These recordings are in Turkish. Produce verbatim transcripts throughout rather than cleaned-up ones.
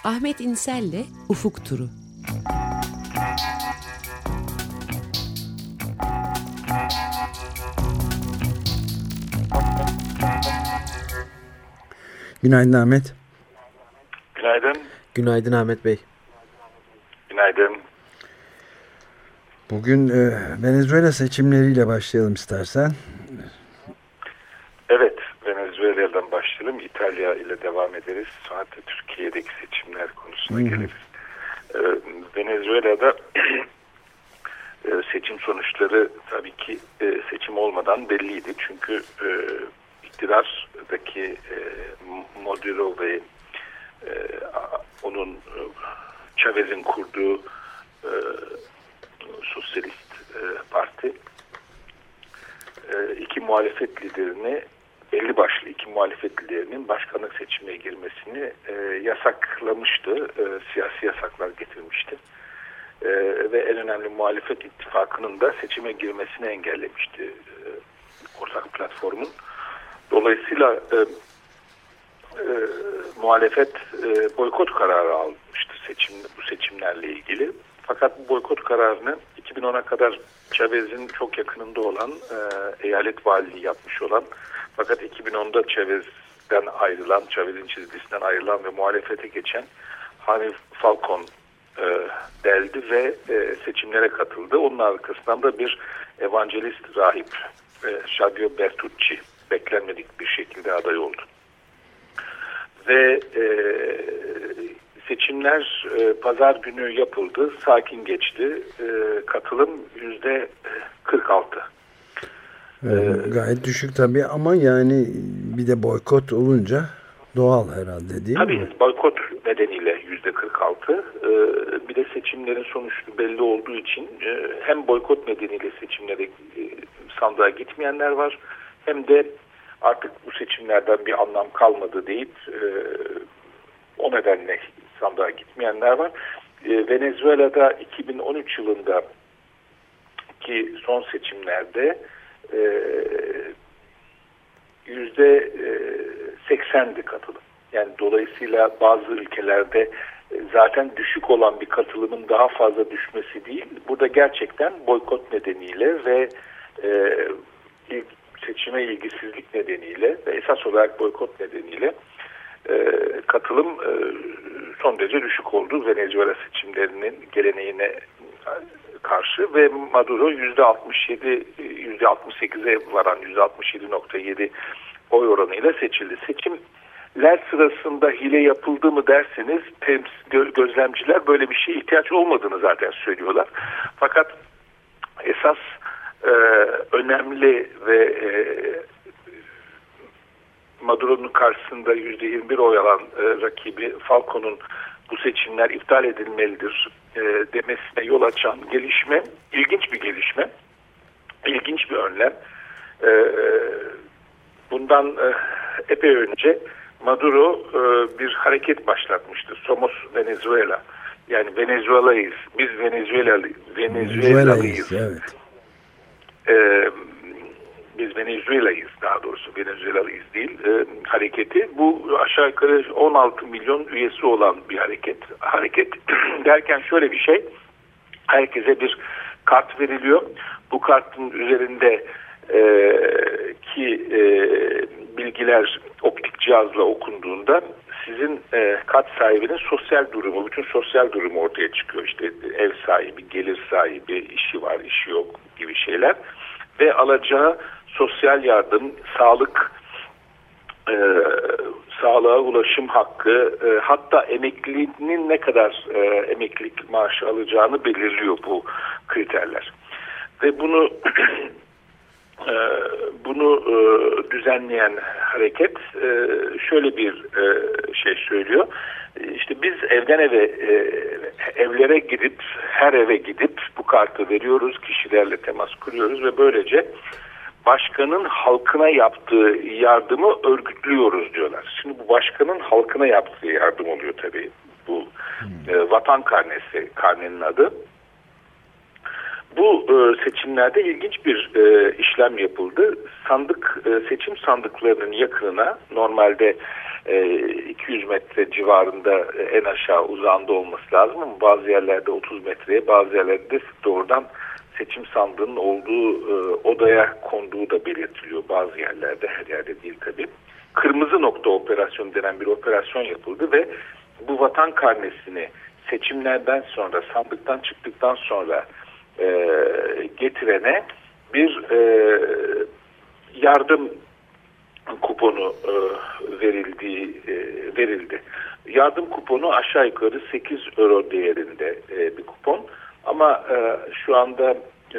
Ahmet İnsel'le Ufuk Turu. Günaydın Ahmet. Günaydın. Günaydın Ahmet Bey. Günaydın. Bugün e, Venezuela seçimleriyle başlayalım istersen. Evet, Venezuela'dan başlayalım. İtalya ile devam ederiz. Sonra da Türkiye'deki seçimler konusuna Hı-hı. geliriz. Ee, Venezuela'da seçim sonuçları tabii ki e, seçim olmadan belliydi. Çünkü e, iktidardaki e, Maduro ve e, onun e, Chavez'in kurduğu e, Sosyalist e, Parti e, iki muhalefet liderini belli başlı iki muhalefet liderinin başkanlık seçimine girmesini e, yasaklamıştı. E, siyasi yasaklar getirmişti. E, ve en önemli muhalefet ittifakının da seçime girmesini engellemişti e, ortak platformun. Dolayısıyla e, e, muhalefet e, boykot kararı almıştı seçim, bu seçimlerle ilgili. Fakat bu boykot kararını iki bin ona kadar Chavez'in çok yakınında olan e, eyalet valiliği yapmış olan fakat iki bin onda Chavez'den ayrılan, Chavez'in çizgisinden ayrılan ve muhalefete geçen Jaime Falcón e, deldi ve e, seçimlere katıldı. Onun arkasından da bir evangelist rahip e, Xavier Bertucci beklenmedik bir şekilde aday oldu. Ve e, seçimler e, pazar günü yapıldı. Sakin geçti. E, katılım yüzde kırk altı. Evet, gayet düşük tabii ama yani bir de boykot olunca doğal herhalde değil tabii, mi? Tabii boykot nedeniyle yüzde kırk altı. E, bir de seçimlerin sonuçları belli olduğu için e, hem boykot nedeniyle seçimlere e, sandığa gitmeyenler var. Hem de artık bu seçimlerden bir anlam kalmadı deyip e, o nedenle sandığa gitmeyenler var. E, Venezuela'da iki bin on üç yılında ki son seçimlerde yüzde seksendi katılım. Yani dolayısıyla bazı ülkelerde zaten düşük olan bir katılımın daha fazla düşmesi değil. Burada gerçekten boykot nedeniyle ve e, seçime ilgisizlik nedeniyle ve esas olarak boykot nedeniyle e, katılım e, son derece düşük oldu Venezuela seçimlerinin geleneğine karşı ve Maduro yüzde altmış yedi, yüzde altmış sekize varan yüzde altmış yedi nokta yedi oy oranıyla seçildi. Seçimler sırasında hile yapıldı mı derseniz gözlemciler böyle bir şeye ihtiyaç olmadığını zaten söylüyorlar. Fakat esas e, önemli ve e, Maduro'nun karşısında yüzde yirmi bir oy alan e, rakibi Falcon'un bu seçimler iptal edilmelidir e, demesine yol açan gelişme, ilginç bir gelişme, ilginç bir önlem. E, bundan e, epey önce Maduro e, bir hareket başlatmıştı. Somos Venezuela. Yani Venezuela'yız. Biz Venezuela'lı, Venezuela'lıyız. Evet. E, biz Venezuela'yız, daha doğrusu Venezuela'lıyız değil e, hareketi. Bu aşağı yukarı on altı milyon üyesi olan bir hareket. Hareket derken şöyle bir şey, herkese bir kart veriliyor. Bu kartın üzerinde e, ki e, bilgiler optik cihazla okunduğunda sizin e, kart sahibinin sosyal durumu, bütün sosyal durumu ortaya çıkıyor. İşte ev sahibi, gelir sahibi, işi var, işi yok gibi şeyler. Ve alacağı sosyal yardım, sağlık, e, sağlığa ulaşım hakkı, e, hatta emekliliğinin ne kadar e, emeklilik maaşı alacağını belirliyor bu kriterler. Ve bunu e, bunu e, düzenleyen hareket e, şöyle bir e, şey söylüyor. İşte biz evden eve, e, evlere gidip, her eve gidip bu kartı veriyoruz, kişilerle temas kuruyoruz ve böylece başkanın halkına yaptığı yardımı örgütlüyoruz diyorlar. Şimdi bu başkanın halkına yaptığı yardım oluyor tabii. Bu hmm. e, vatan karnesi, karnenin adı. Bu e, seçimlerde ilginç bir e, işlem yapıldı. Sandık, e, seçim sandıklarının yakınına, normalde iki yüz metre civarında en aşağı uzağında olması lazım ama bazı yerlerde otuz metreye, bazı yerlerde doğrudan seçim sandığının olduğu odaya konduğu da belirtiliyor bazı yerlerde, her yerde değil tabii. Kırmızı nokta operasyonu denen bir operasyon yapıldı ve bu vatan karnesini seçimlerden sonra, sandıktan çıktıktan sonra e, getirene bir e, yardım kuponu e, verildiği e, verildi. Yardım kuponu aşağı yukarı sekiz euro değerinde e, bir kupon. Ama e, şu anda e,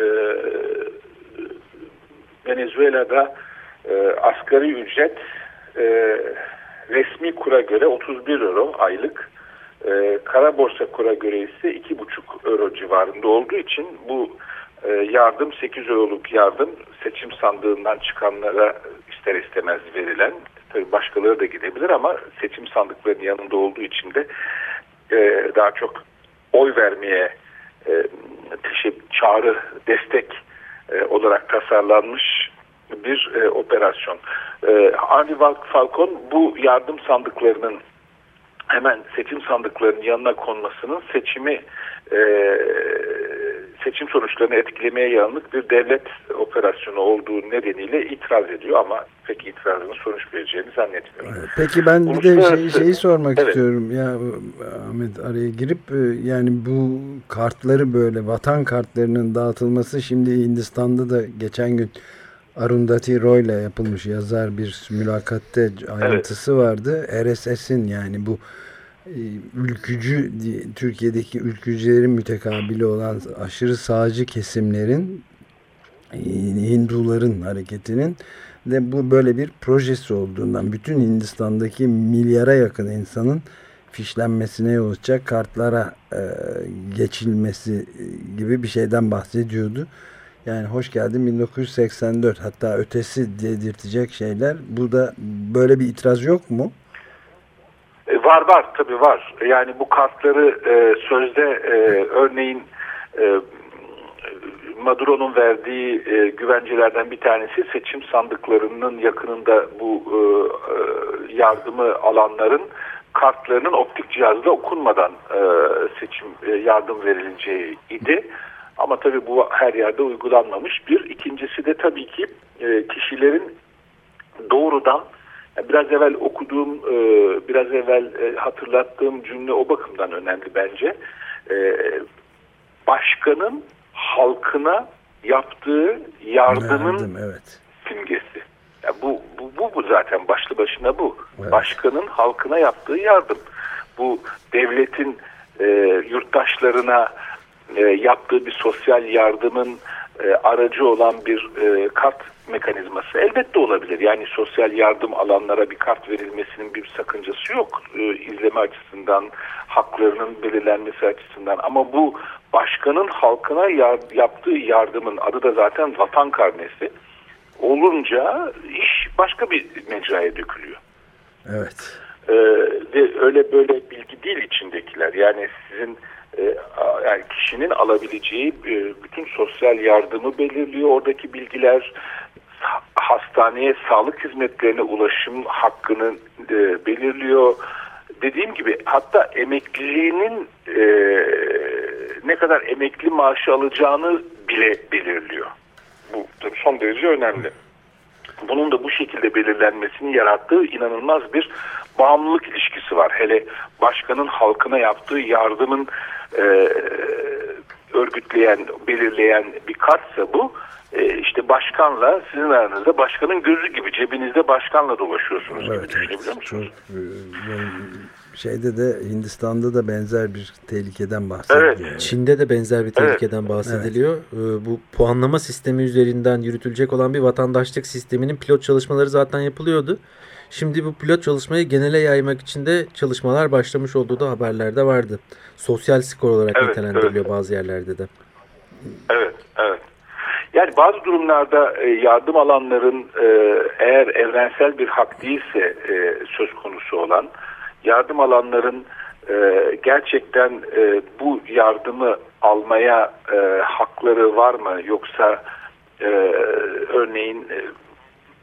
Venezuela'da e, asgari ücret e, resmi kura göre otuz bir euro aylık. E, kara borsa kura göre ise iki buçuk euro civarında olduğu için bu e, yardım, sekiz euroluk yardım seçim sandığından çıkanlara ister istemez verilen, tabii başkaları da gidebilir ama seçim sandıklarının yanında olduğu için de e, daha çok oy vermeye e, teşebbüs, çağrı, destek e, olarak tasarlanmış bir e, operasyon. E, Arnie Falcon bu yardım sandıklarının hemen seçim sandıklarının yanına konmasının seçimi e, seçim sonuçlarını etkilemeye yönelik bir devlet operasyonu olduğu nedeniyle itiraz ediyor ama pek itirazının sonuç vereceğini zannetmiyorum. Peki ben bir de şey, şeyi sormak evet. istiyorum ya Ahmet, araya girip yani bu kartları, böyle vatan kartlarının dağıtılması, şimdi Hindistan'da da geçen gün Arundhati Roy ile yapılmış yazar bir mülakatte ayrıntısı evet. vardı. R S S'in, yani bu ülkücü, Türkiye'deki ülkücülerin mütekabili olan aşırı sağcı kesimlerin, Hinduların hareketinin de bu böyle bir projesi olduğundan, bütün Hindistan'daki milyara yakın insanın fişlenmesine yol açacak kartlara e, geçilmesi gibi bir şeyden bahsediyordu. Yani hoş geldin bin dokuz yüz seksen dört, hatta ötesi dedirtecek şeyler. Bu da, böyle bir itiraz yok mu? E, var var tabii var. Yani bu kartları e, sözde e, örneğin e, Maduro'nun verdiği e, güvencelerden bir tanesi, seçim sandıklarının yakınında bu e, yardımı alanların kartlarının optik cihazla okunmadan e, seçim e, yardım verileceği idi. Ama tabii bu her yerde uygulanmamış. Bir, ikincisi de tabii ki e, kişilerin doğrudan, yani biraz evvel okuduğum, e, biraz evvel e, hatırlattığım cümle o bakımdan önemli bence. E, başkanın halkına yaptığı yardımın Yardım, evet. simgesi. Yani bu, bu, bu, bu zaten başlı başına bu. Evet. Başkanın halkına yaptığı yardım. Bu devletin e, yurttaşlarına E, yaptığı bir sosyal yardımın e, aracı olan bir e, kart mekanizması elbette olabilir. Yani sosyal yardım alanlara bir kart verilmesinin bir sakıncası yok. E, izleme açısından, haklarının belirlenmesi açısından. Ama bu başkanın halkına yar, yaptığı yardımın adı da zaten vatan karnesi olunca iş başka bir mecraya dökülüyor. Evet. E, ve öyle böyle bilgi değil içindekiler. Yani sizin yani kişinin alabileceği bütün sosyal yardımı belirliyor oradaki bilgiler. Hastaneye, sağlık hizmetlerine ulaşım hakkını belirliyor. Dediğim gibi hatta emekliliğinin ne kadar emekli maaşı alacağını bile belirliyor. Bu tabii son derece önemli. Bunun da bu şekilde belirlenmesini yarattığı inanılmaz bir bağımlılık ilişkisi var. Hele başkanın halkına yaptığı yardımın e, örgütleyen, belirleyen bir kartsa bu, e, işte başkanla, sizin aranızda başkanın gözü gibi cebinizde başkanla dolaşıyorsunuz evet, gibi düşünebiliyor musunuz? Çok, yani şeyde de, Hindistan'da da benzer bir tehlikeden bahsediliyor. Evet. Yani. Çin'de de benzer bir tehlikeden evet. bahsediliyor. Evet. Bu puanlama sistemi üzerinden yürütülecek olan bir vatandaşlık sisteminin pilot çalışmaları zaten yapılıyordu. Şimdi bu pilot çalışmayı genele yaymak için de çalışmalar başlamış olduğu da haberlerde vardı. Sosyal skor olarak evet, nitelendiriliyor evet. bazı yerlerde de. Evet, evet. Yani bazı durumlarda yardım alanların eğer evrensel bir hak değilse söz konusu olan, yardım alanların gerçekten bu yardımı almaya hakları var mı, yoksa örneğin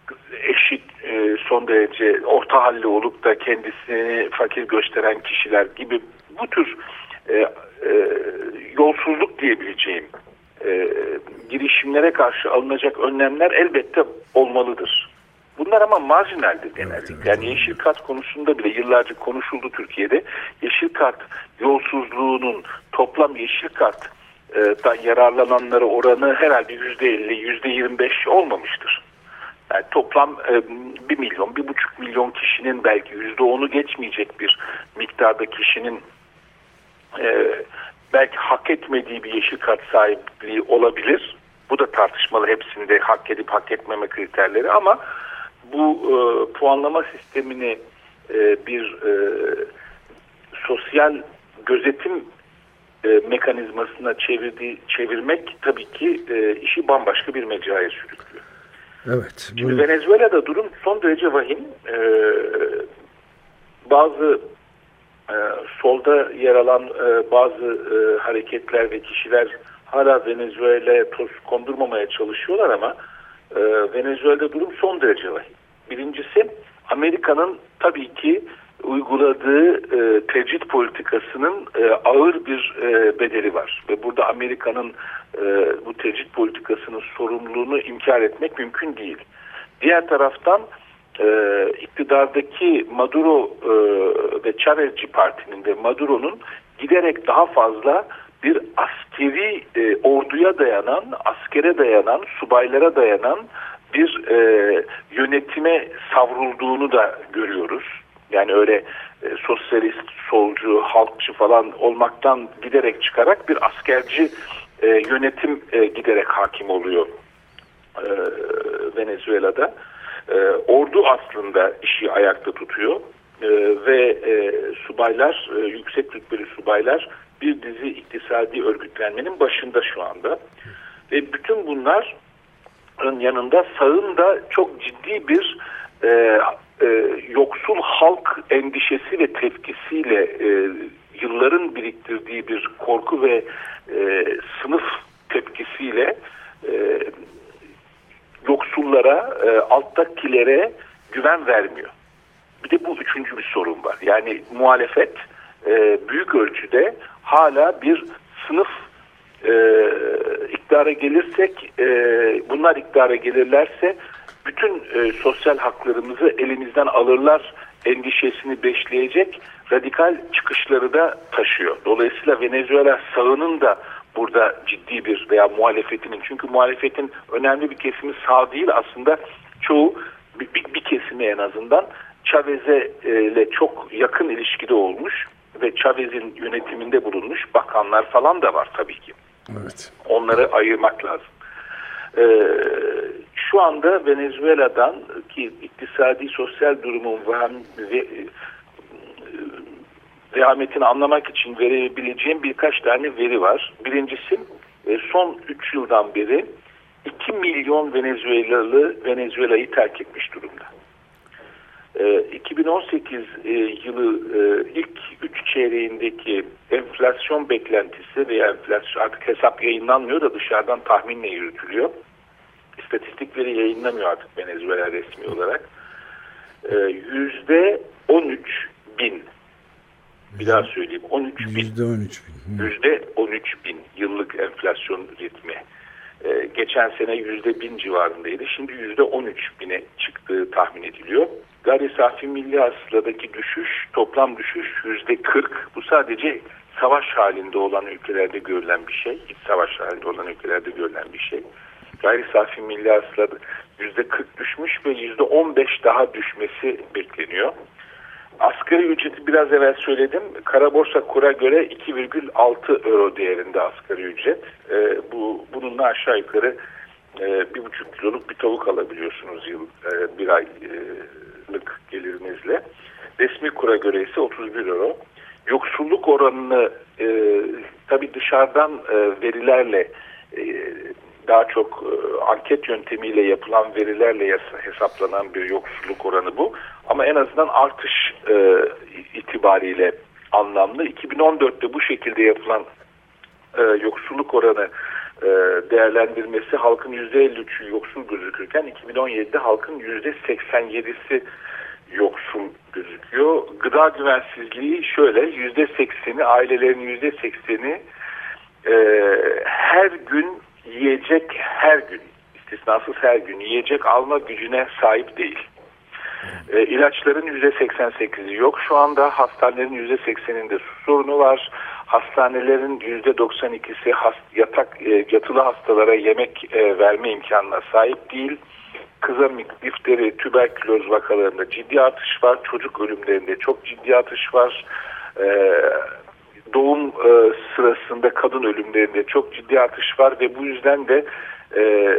eşit, e, son derece orta halli olup da kendisini fakir gösteren kişiler gibi bu tür e, e, yolsuzluk diyebileceğim e, girişimlere karşı alınacak önlemler elbette olmalıdır. Bunlar ama marjinaldir genellikle. Evet, evet. Yani yeşil kart konusunda bile yıllarca konuşuldu Türkiye'de. Yeşil kart yolsuzluğunun toplam yeşil karttan yararlananlara oranı herhalde yüzde elli, yüzde yirmi beş olmamıştır. Yani toplam bir milyon, bir buçuk milyon kişinin belki yüzde onu geçmeyecek bir miktarda kişinin e, belki hak etmediği bir yeşil kart sahipliği olabilir. Bu da tartışmalı, hepsinde hak edip hak etmeme kriterleri, ama bu e, puanlama sistemini e, bir e, sosyal gözetim e, mekanizmasına çevirdiği, çevirmek tabii ki e, işi bambaşka bir mecraya sürüklüyor. Evet. Bu... Şimdi Venezuela'da durum son derece vahim. E, bazı e, solda yer alan e, bazı e, hareketler ve kişiler hala Venezuela'ya toz kondurmamaya çalışıyorlar, ama e, Venezuela'da durum son derece vahim. Birincisi, Amerika'nın tabii ki uyguladığı e, tecrit politikasının e, ağır bir e, bedeli var. Ve burada Amerika'nın e, bu tecrit politikasının sorumluluğunu inkar etmek mümkün değil. Diğer taraftan e, iktidardaki Maduro e, ve Chavezci partinin ve Maduro'nun giderek daha fazla bir askeri e, orduya dayanan, askere dayanan, subaylara dayanan bir e, yönetime savrulduğunu da görüyoruz. Yani öyle e, sosyalist, solcu, halkçı falan olmaktan giderek çıkarak bir askerci e, yönetim e, giderek hakim oluyor e, Venezuela'da. E, ordu aslında işi ayakta tutuyor e, ve e, subaylar, e, yüksek rütbeli subaylar bir dizi iktisadi örgütlenmenin başında şu anda. Ve bütün bunlar yanında sağında çok ciddi bir e, e, yoksul halk endişesi ve tepkisiyle e, yılların biriktirdiği bir korku ve e, sınıf tepkisiyle e, yoksullara, e, alttakilere güven vermiyor. Bir de bu üçüncü bir sorun var. Yani muhalefet e, büyük ölçüde hala bir sınıf e, iktidara gelirsek, e, bunlar iktidara gelirlerse bütün e, sosyal haklarımızı elimizden alırlar endişesini besleyecek radikal çıkışları da taşıyor. Dolayısıyla Venezuela sağının da burada ciddi bir, veya muhalefetinin, çünkü muhalefetin önemli bir kesimi sağ değil aslında, çoğu bir, bir, bir kesimi en azından Chavez'e ile çok yakın ilişkide olmuş ve Chavez'in yönetiminde bulunmuş bakanlar falan da var tabii ki. Evet. Onları ayırmak lazım. Ee, şu anda Venezuela'dan ki iktisadi sosyal durumun ve vehametini anlamak için verebileceğim birkaç tane veri var. Birincisi, son üç yıldan beri iki milyon Venezuelalı Venezuela'yı terk etmiş durumda. iki bin on sekiz yılı ilk üç çeyreğindeki enflasyon beklentisi veya enflasyon, artık hesap yayınlanmıyor da dışarıdan tahminle yürütülüyor. İstatistik veri yayınlamıyor artık Venezuela resmi olarak. Yüzde on üç bin. Bir daha söyleyeyim. on üç bin. Yüzde on üç bin. Yüzde on üç bin yıllık enflasyon ritmi. Ee, geçen sene yüzde bin civarındaydı. Şimdi yüzde on üç bine çıktığı tahmin ediliyor. Gayri safi milli hasıladaki düşüş, toplam düşüş yüzde kırk. Bu sadece savaş halinde olan ülkelerde görülen bir şey. İç savaş halinde olan ülkelerde görülen bir şey. Gayri safi milli hasılada yüzde kırk düşmüş ve yüzde on beş daha düşmesi bekleniyor. Asgari ücreti biraz evvel söyledim. Kara borsa kura göre iki virgül altı euro değerinde asgari ücret. Ee, bu bununla aşağı yukarı e, bir buçuk kiloluk bir tavuk alabiliyorsunuz yıl e, bir aylık gelirinizle. Resmi kura göre ise otuz bir euro. Yoksulluk oranını e, tabii dışarıdan e, verilerle e, daha çok e, anket yöntemiyle yapılan verilerle hesaplanan bir yoksulluk oranı bu. Ama en azından artış e, itibariyle anlamlı. iki bin on dörtte bu şekilde yapılan e, yoksulluk oranı değerlendirmesi halkın yüzde elli üçü yoksul gözükürken iki bin on yedide halkın yüzde seksen yedisi yoksul gözüküyor. Gıda güvensizliği şöyle, yüzde sekseni, ailelerin yüzde sekseni e, her gün yiyecek, her gün, istisnasız her gün yiyecek alma gücüne sahip değil. E, ilaçların yüzde seksen sekizi yok. Şu anda hastanelerin yüzde sekseninde su sorunu var. Hastanelerin yüzde doksan ikisi hast, yatak, e, yatılı hastalara yemek e, verme imkanına sahip değil. Kızamık, difteri, tüberküloz vakalarında ciddi artış var. Çocuk ölümlerinde çok ciddi artış var. E, doğum e, sırasında kadın ölümlerinde çok ciddi artış var ve bu yüzden de e,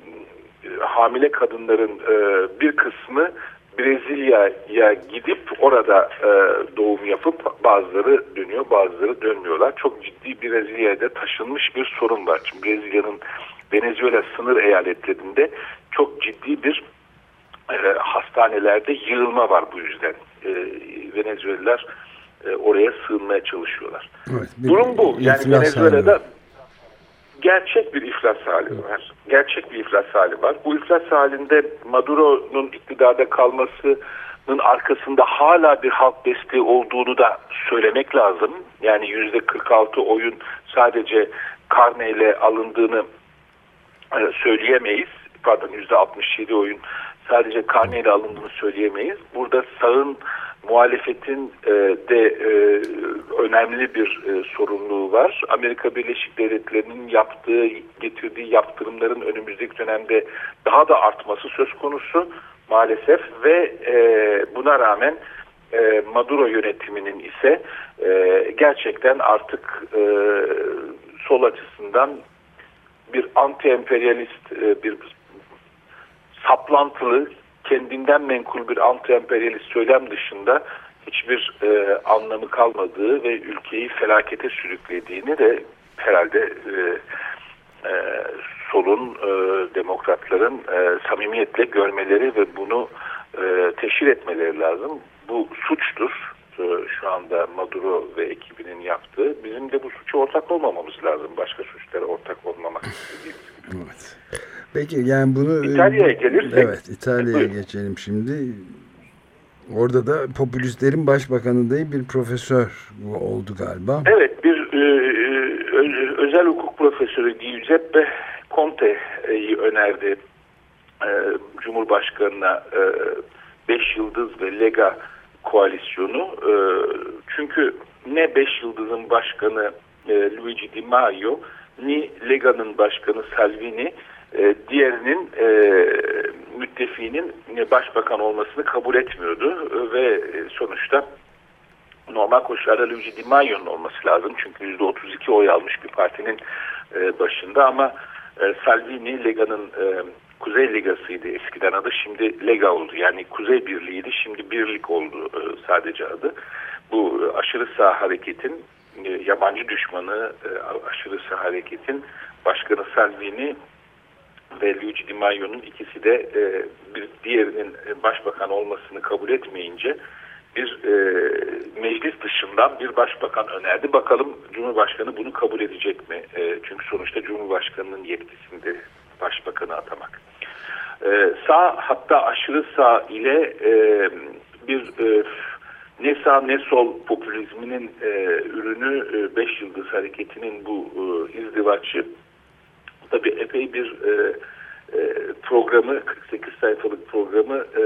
hamile kadınların e, bir kısmı Brezilya'ya gidip orada e, doğum yapıp bazıları dönüyor, bazıları dönmüyorlar. Çok ciddi Brezilya'da taşınmış bir sorun var. Şimdi Brezilya'nın Venezuela sınır eyaletlerinde çok ciddi bir e, hastanelerde yığılma var bu yüzden. E, Venezuelalılar e, oraya sığınmaya çalışıyorlar. Evet, durum bu. Yani Venezuela'da hali. Gerçek bir iflas hali var. Gerçek bir iflas hali var. Bu iflas halinde Maduro'nun iktidarda kalmasının arkasında hala bir halk desteği olduğunu da söylemek lazım. Yani yüzde kırk altı oyun sadece karneyle alındığını söyleyemeyiz. Pardon, yüzde altmış yedi oyun sadece karneyle alındığını söyleyemeyiz. Burada sağın, muhalefetin e, de e, önemli bir e, sorumluluğu var. Amerika Birleşik Devletleri'nin yaptığı, getirdiği yaptırımların önümüzdeki dönemde daha da artması söz konusu maalesef ve e, buna rağmen e, Maduro yönetiminin ise e, gerçekten artık e, sol açısından bir anti-emperyalist, e, bir saplantılı, kendinden menkul bir anti-emperyalist söylem dışında hiçbir e, anlamı kalmadığı ve ülkeyi felakete sürüklediğini de herhalde e, e, solun, e, demokratların e, samimiyetle görmeleri ve bunu e, teşhir etmeleri lazım. Bu suçtur e, şu anda Maduro ve ekibinin yaptığı. Bizim de bu suça ortak olmamamız lazım. Başka suçlara ortak olmamak istediğimiz gibi. Evet. Peki yani bunu İtalya'ya gelirsek. Evet, İtalya'ya geçelim şimdi. Orada da popülistlerin başbakanı değil bir profesör oldu galiba. Evet, bir e, özel hukuk profesörü Giuseppe Conte'yi önerdi e, Cumhurbaşkanı'na e, Beş Yıldız ve Lega koalisyonu. E, çünkü ne Beş Yıldız'ın başkanı e, Luigi Di Maio ni Lega'nın başkanı Salvini e, diğerinin e, müttefiğinin başbakan olmasını kabul etmiyordu e, ve sonuçta normal koşullarda Luigi Di Maio'nun olması lazım. Çünkü yüzde otuz iki oy almış bir partinin e, başında ama e, Salvini Lega'nın e, Kuzey Liga'sıydı eskiden adı, şimdi Lega oldu. Yani Kuzey Birliği'ydi, şimdi Birlik oldu e, sadece adı. Bu aşırı sağ hareketin e, yabancı düşmanı e, aşırı sağ hareketin başkanı Salvini ve Luigi Di Maio'nun ikisi de e, bir diğerinin başbakan olmasını kabul etmeyince bir e, meclis dışından bir başbakan önerdi. Bakalım Cumhurbaşkanı bunu kabul edecek mi? E, çünkü sonuçta Cumhurbaşkanı'nın yetkisinde başbakanı atamak. E, sağ, hatta aşırı sağ ile e, bir e, ne sağ ne sol popülizminin e, ürünü e, Beş Yıldız Hareketi'nin bu e, izdivaçı tabii epey bir e, e, programı, kırk sekiz sayfalık programı e,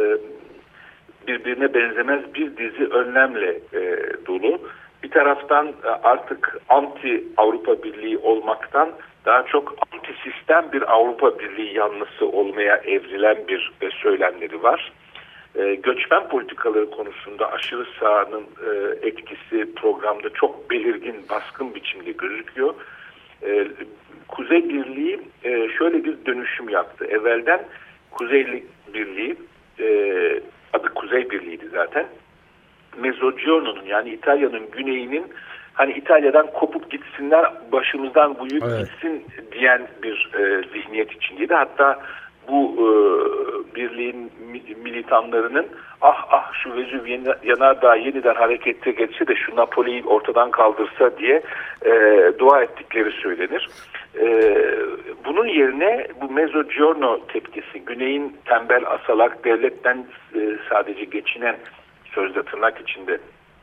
birbirine benzemez bir dizi önlemle e, dolu. Bir taraftan artık anti Avrupa Birliği olmaktan daha çok anti sistem bir Avrupa Birliği yanlısı olmaya evrilen bir e, söylemleri var. E, göçmen politikaları konusunda aşırı sağın e, etkisi programda çok belirgin, baskın biçimde gözüküyor. E, Kuzey Birliği e, şöyle bir dönüşüm yaptı. Evvelden Kuzey Birliği, e, adı Kuzey Birliği'ydi zaten. Mezzogiorno'nun yani İtalya'nın güneyinin hani İtalya'dan kopup gitsinler, başımızdan bu yük evet. gitsin diyen bir e, zihniyet içindeydi. Hatta bu e, birliğin militanlarının ah ah şu Vezüv yanardağ yeniden harekete geçse de şu Napoli'yi ortadan kaldırsa diye e, dua ettikleri söylenir. E, bunun yerine bu Mezzogiorno tepkisi, Güney'in tembel asalak, devletten e, sadece geçinen, sözde tırnak içinde,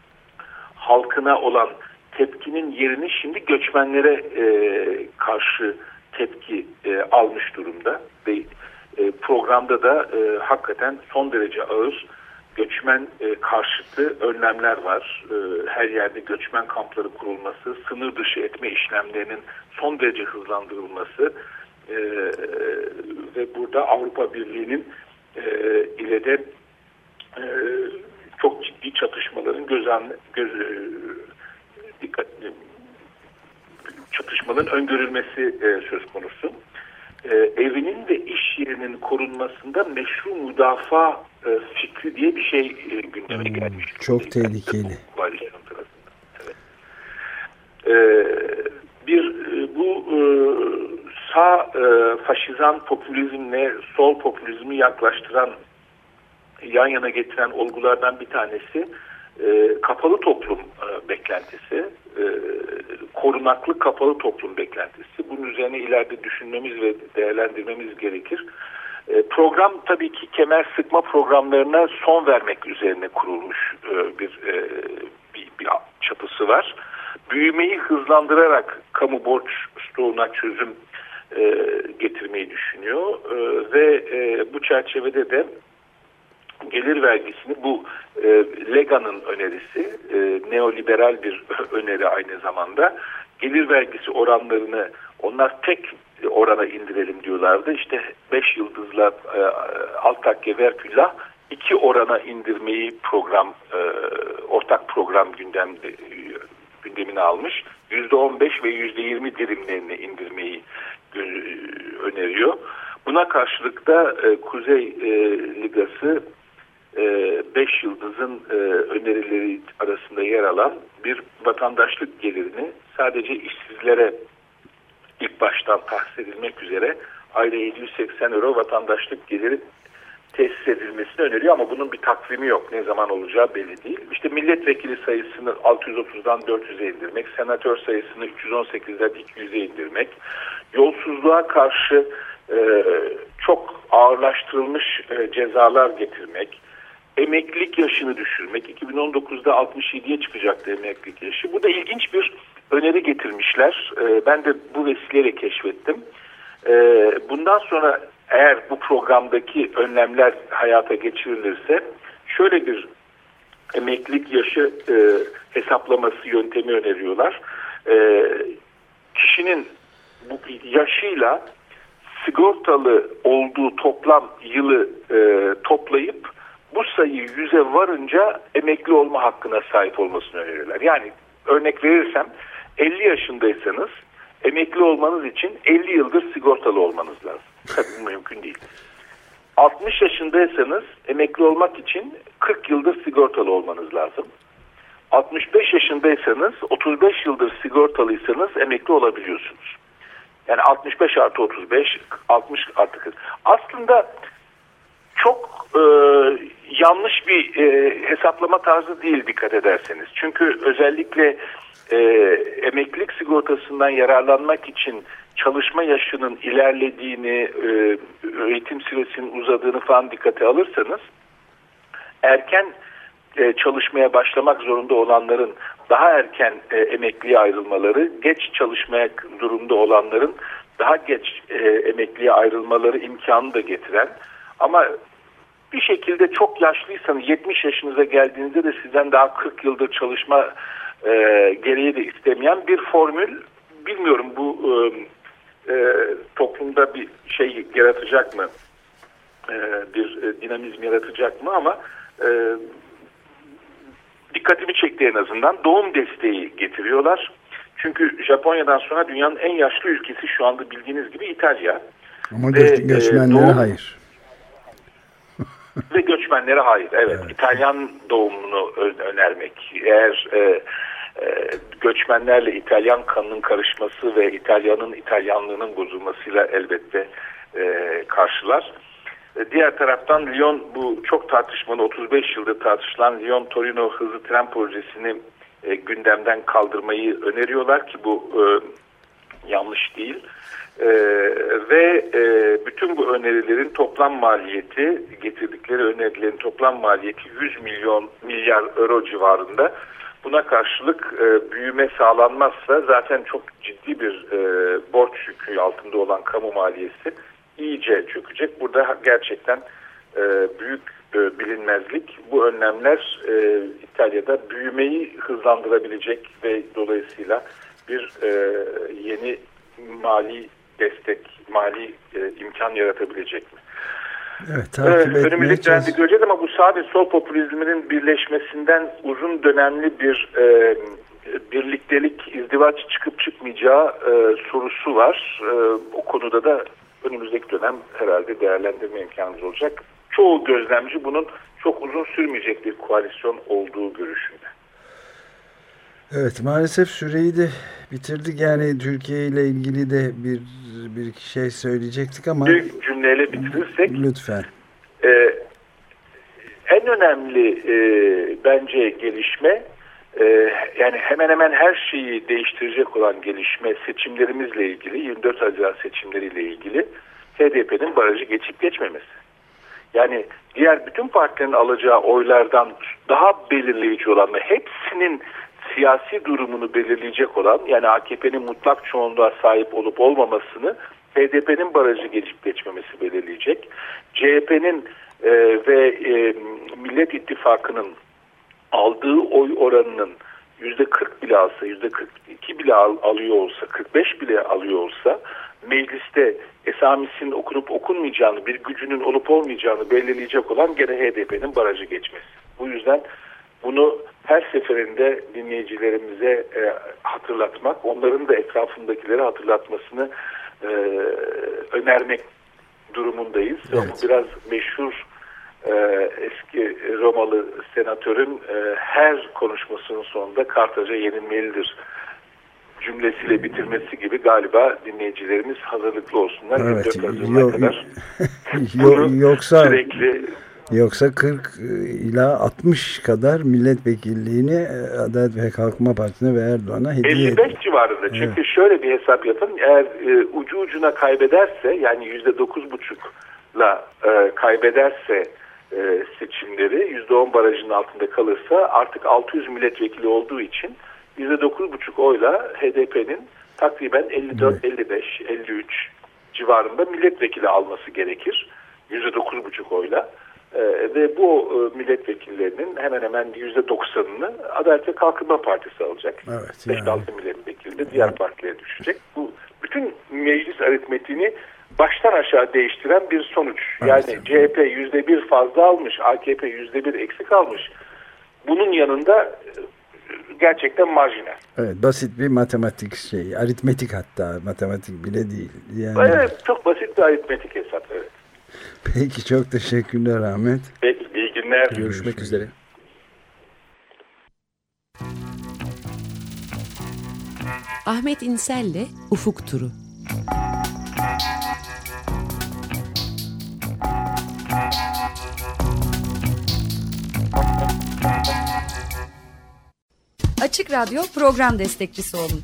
halkına olan tepkinin yerini şimdi göçmenlere e, karşı tepki e, almış durumda. Ve e, programda da e, hakikaten son derece ağır göçmen e, karşıtı önlemler var. E, her yerde göçmen kampları kurulması, sınır dışı etme işlemlerinin son derece hızlandırılması e, ve burada Avrupa Birliği'nin e, ile de e, çok ciddi çatışmaların göz, göz dikkat çatışmaların öngörülmesi e, söz konusu. E, evinin ve iş yerinin korunmasında meşru müdafaa e, fikri diye bir şey e, gündeme hmm, gelmiş. Çok tehlikeli. Evet. E, bir e, bu e, sağ e, faşizan popülizmle sol popülizmi yaklaştıran, yan yana getiren olgulardan bir tanesi e, kapalı toplum e, beklentisi, e, korunaklı kapalı toplum beklentisi. Bunun üzerine ileride düşünmemiz ve değerlendirmemiz gerekir. E, program tabii ki kemer sıkma programlarına son vermek üzerine kurulmuş e, bir, e, bir, bir çatısı var. Büyümeyi hızlandırarak kamu borç stoğuna çözüm e, getirmeyi düşünüyor e, ve e, bu çerçevede de gelir vergisini, bu e, Lega'nın önerisi, e, neoliberal bir öneri aynı zamanda, gelir vergisi oranlarını onlar tek orana indirelim diyorlardı. İşte beş yıldızla e, alt takke verküllah iki orana indirmeyi program e, ortak program gündem gündemine almış. yüzde on beş ve yüzde yirmi dilimlerini indirmeyi e, öneriyor. Buna karşılık da e, Kuzey e, Ligası beş yıldızın e, önerileri arasında yer alan bir vatandaşlık gelirini sadece işsizlere ilk baştan tahsis edilmek üzere ayda yedi yüz seksen euro vatandaşlık geliri tesis edilmesini öneriyor ama bunun bir takvimi yok. Ne zaman olacağı belli değil. İşte milletvekili sayısını altı yüz otuzdan dört yüze indirmek, senatör sayısını üç yüz on sekizden iki yüze indirmek, yolsuzluğa karşı e, çok ağırlaştırılmış e, cezalar getirmek, emeklilik yaşını düşürmek. iki bin on dokuzda altmış yediye çıkacaktı emeklilik yaşı. Bu da ilginç bir öneri getirmişler. Ee, ben de bu vesileyle keşfettim. Ee, bundan sonra eğer bu programdaki önlemler hayata geçirilirse şöyle bir emeklilik yaşı e, hesaplaması yöntemi öneriyorlar. E, kişinin bu yaşıyla sigortalı olduğu toplam yılı e, toplayıp bu sayı yüze varınca emekli olma hakkına sahip olmasını öneriyorlar. Yani örnek verirsem elli yaşındaysanız emekli olmanız için elli yıldır sigortalı olmanız lazım. Tabii bu mümkün değil. altmış yaşındaysanız emekli olmak için kırk yıldır sigortalı olmanız lazım. altmış beş yaşındaysanız otuz beş yıldır sigortalıysanız emekli olabiliyorsunuz. Yani altmış beş artı otuz beş, altmış artı kırk. Aslında çok e, yanlış bir e, hesaplama tarzı değil dikkat ederseniz. Çünkü özellikle e, emeklilik sigortasından yararlanmak için çalışma yaşının ilerlediğini, e, eğitim süresinin uzadığını falan dikkate alırsanız, erken e, çalışmaya başlamak zorunda olanların daha erken e, emekliye ayrılmaları, geç çalışmaya durumda olanların daha geç e, emekliye ayrılmaları imkanını da getiren, ama bir şekilde çok yaşlıysanız, yetmiş yaşınıza geldiğinizde de sizden daha kırk yıldır çalışma e, gereği de istemeyen bir formül. Bilmiyorum bu e, e, toplumda bir şey yaratacak mı? E, bir e, dinamizm yaratacak mı? Ama e, dikkatimi çekti en azından. Doğum desteği getiriyorlar. Çünkü Japonya'dan sonra dünyanın en yaşlı ülkesi şu anda bildiğiniz gibi İtalya. Ama Ve, göçmenlere e, doğum, hayır. Ve göçmenlere hayır. Evet, evet. İtalyan doğumunu önermek. Eğer e, e, göçmenlerle İtalyan kanının karışması ve İtalyanın İtalyanlığının bozulmasıyla elbette e, karşılar. E, diğer taraftan Lyon, bu çok tartışmalı, otuz beş yıldır tartışılan Lyon-Torino hızlı tren projesini e, gündemden kaldırmayı öneriyorlar ki bu e, yanlış değil. Ee, ve e, bütün bu önerilerin toplam maliyeti, getirdikleri önerilerin toplam maliyeti yüz milyon milyar euro civarında. Buna karşılık e, büyüme sağlanmazsa zaten çok ciddi bir e, borç yükü altında olan kamu maliyesi iyice çökecek. Burada gerçekten e, büyük e, bilinmezlik. Bu önlemler e, İtalya'da büyümeyi hızlandırabilecek ve dolayısıyla bir e, yeni mali destek, mali e, imkan yaratabilecek mi? Evet, takip ee, önümüzdeki dönemde göreceğiz ama bu sağ ve sol popülizminin birleşmesinden uzun dönemli bir e, birliktelik, izdivaç çıkıp çıkmayacağı e, sorusu var. E, o konuda da önümüzdeki dönem herhalde değerlendirme imkanımız olacak. Çoğu gözlemci bunun çok uzun sürmeyecek bir koalisyon olduğu görüşünde. Evet, maalesef süreyi de bitirdik. Yani Türkiye ile ilgili de bir bir iki şey söyleyecektik ama bir cümleyle bitirirsek lütfen. E, en önemli e, bence gelişme e, yani hemen hemen her şeyi değiştirecek olan gelişme seçimlerimizle ilgili, yirmi dört Haziran seçimleriyle ilgili H D P'nin barajı geçip geçmemesi. Yani diğer bütün partilerin alacağı oylardan daha belirleyici olan ve hepsinin siyasi durumunu belirleyecek olan, yani A K P'nin mutlak çoğunluğa sahip olup olmamasını H D P'nin barajı geçip geçmemesi belirleyecek. C H P'nin e, ve e, Millet İttifakı'nın aldığı oy oranının yüzde kırk bile alsa, yüzde kırk iki bile al, alıyor olsa, kırk beş bile alıyor olsa mecliste esamisinin okunup okunmayacağını, bir gücünün olup olmayacağını belirleyecek olan gene H D P'nin barajı geçmesi. Bu yüzden bunu her seferinde dinleyicilerimize e, hatırlatmak, onların da etrafındakileri hatırlatmasını e, önermek durumundayız. Evet. Bu biraz meşhur e, eski Romalı senatörün e, her konuşmasının sonunda Kartaca yenilmelidir cümlesiyle bitirmesi gibi galiba dinleyicilerimiz hazırlıklı olsunlar. Evet. Yok, kadar. Yoksa sürekli Yoksa kırk ila altmış kadar milletvekilliğini Adalet ve Kalkınma Partisi'ne ve Erdoğan'a hediye elli beş civarında. Evet. Çünkü şöyle bir hesap yapın. Eğer e, ucu ucuna kaybederse, yani yüzde dokuz buçukla e, kaybederse e, seçimleri, yüzde on barajının altında kalırsa artık altı yüz milletvekili olduğu için yüzde dokuz buçuk oyla H D P'nin takriben elli dört, evet. elli beş, elli üç civarında milletvekili alması gerekir. yüzde dokuz buçuk oyla. Ee, ve bu e, milletvekillerinin hemen hemen yüzde doksanını Adalet ve Kalkınma Partisi alacak. Evet, beş altı yani. Milletvekili de diğer partilere düşecek. Bu bütün meclis aritmetiğini baştan aşağı değiştiren bir sonuç. Yani evet. C H P yüzde bir fazla almış, A K P yüzde bir eksik almış. Bunun yanında gerçekten marjinal. Evet, basit bir matematik şey, aritmetik, hatta matematik bile değil. Yani... Evet, çok basit bir aritmetik hesap. Evet. Peki, çok teşekkürler Ahmet. Peki, iyi günler. Görüşmek, Görüşmek üzere. Ahmet İnsel'le Ufuk Turu. Açık Radyo program destekçisi olun.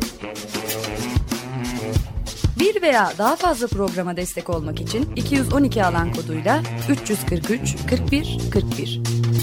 Bir veya daha fazla programa destek olmak için iki yüz on iki alan koduyla üç yüz kırk üç kırk bir kırk bir.